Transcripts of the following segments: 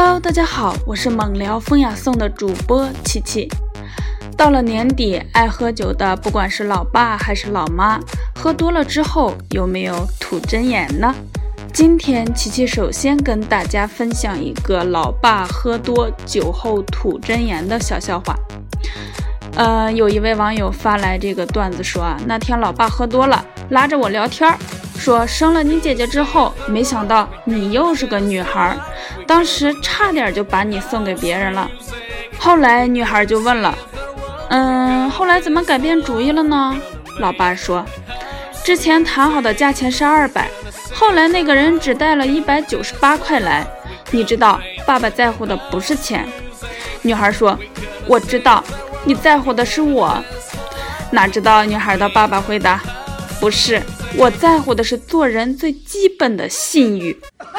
Hello， 大家好，我是猛聊风雅颂的主播琪琪。到了年底，爱喝酒的不管是老爸还是老妈，喝多了之后有没有吐真言呢？今天琪琪首先跟大家分享一个老爸喝多酒后吐真言的小笑话。有一位网友发来这个段子说那天老爸喝多了，拉着我聊天，说生了你姐姐之后，没想到你又是个女孩，当时差点就把你送给别人了。后来女孩就问了，后来怎么改变主意了呢？老爸说，之前谈好的价钱是200，后来那个人只带了198块来，你知道爸爸在乎的不是钱。女孩说，我知道，你在乎的是我。哪知道女孩的爸爸回答，不是，我在乎的是做人最基本的信誉。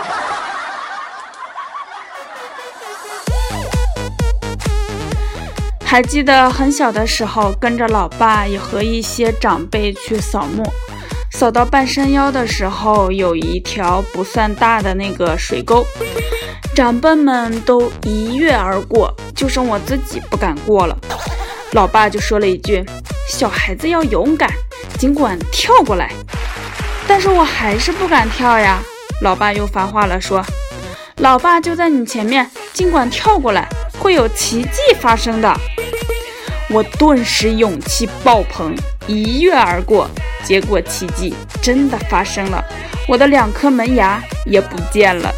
还记得很小的时候，跟着老爸也和一些长辈去扫墓，扫到半山腰的时候，有一条不算大的那个水沟，长辈们都一跃而过，就剩我自己不敢过了。老爸就说了一句，小孩子要勇敢，尽管跳过来。但是我还是不敢跳呀。老爸又发话了，说，老爸就在你前面，尽管跳过来，会有奇迹发生的。我顿时勇气爆棚，一跃而过，结果奇迹真的发生了，我的2颗门牙也不见了。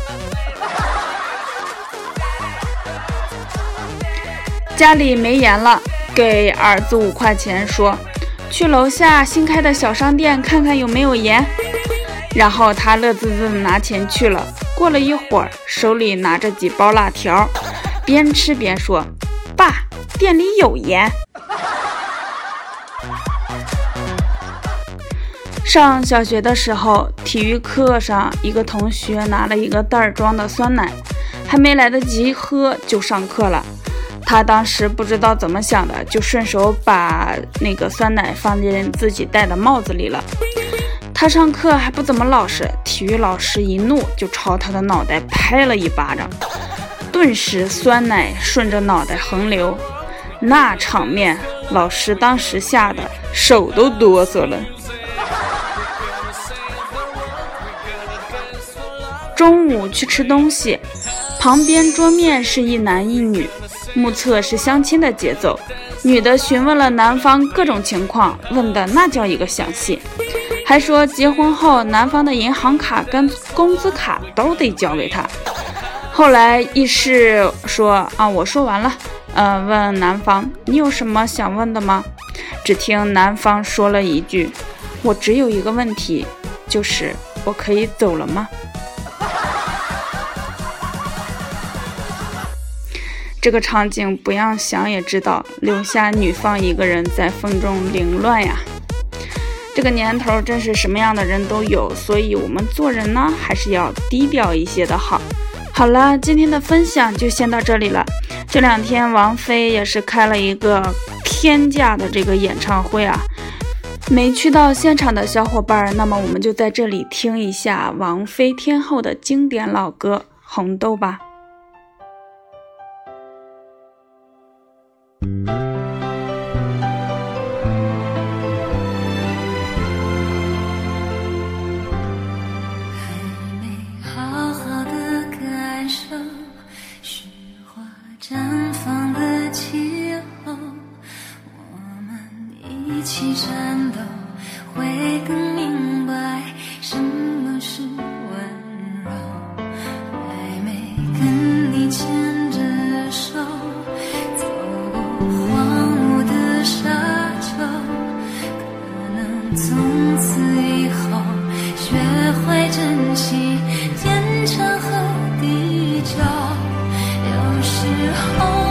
家里没盐了，给儿子5块钱，说去楼下新开的小商店看看有没有盐。然后他乐滋滋的拿钱去了，过了一会儿，手里拿着几包辣条，边吃边说，爸，店里有盐。上小学的时候，体育课上一个同学拿了一个袋装的酸奶，还没来得及喝就上课了。他当时不知道怎么想的，就顺手把那个酸奶放进自己戴的帽子里了。他上课还不怎么老实，体育老师一怒就朝他的脑袋拍了一巴掌，顿时酸奶顺着脑袋横流，那场面老师当时吓得手都哆嗦了。中午去吃东西，旁边桌面是一男一女，目测是相亲的节奏，女的询问了男方各种情况，问的那叫一个详细，还说结婚后男方的银行卡跟工资卡都得交给他。后来一试说我说完了，问男方，你有什么想问的吗？只听男方说了一句，我只有一个问题，就是我可以走了吗？这个场景不用想也知道，留下女方一个人在风中凌乱呀。这个年头真是什么样的人都有，所以我们做人呢，还是要低调一些的好。好了，今天的分享就先到这里了。这2天王菲也是开了一个天价的这个演唱会啊，没去到现场的小伙伴，那么我们就在这里听一下王菲天后的经典老歌《红豆》吧。 一起战斗，会更明白什么是温柔。还没跟你牵着手，走过荒芜的沙丘，可能从此以后学会珍惜天长和地久。有时候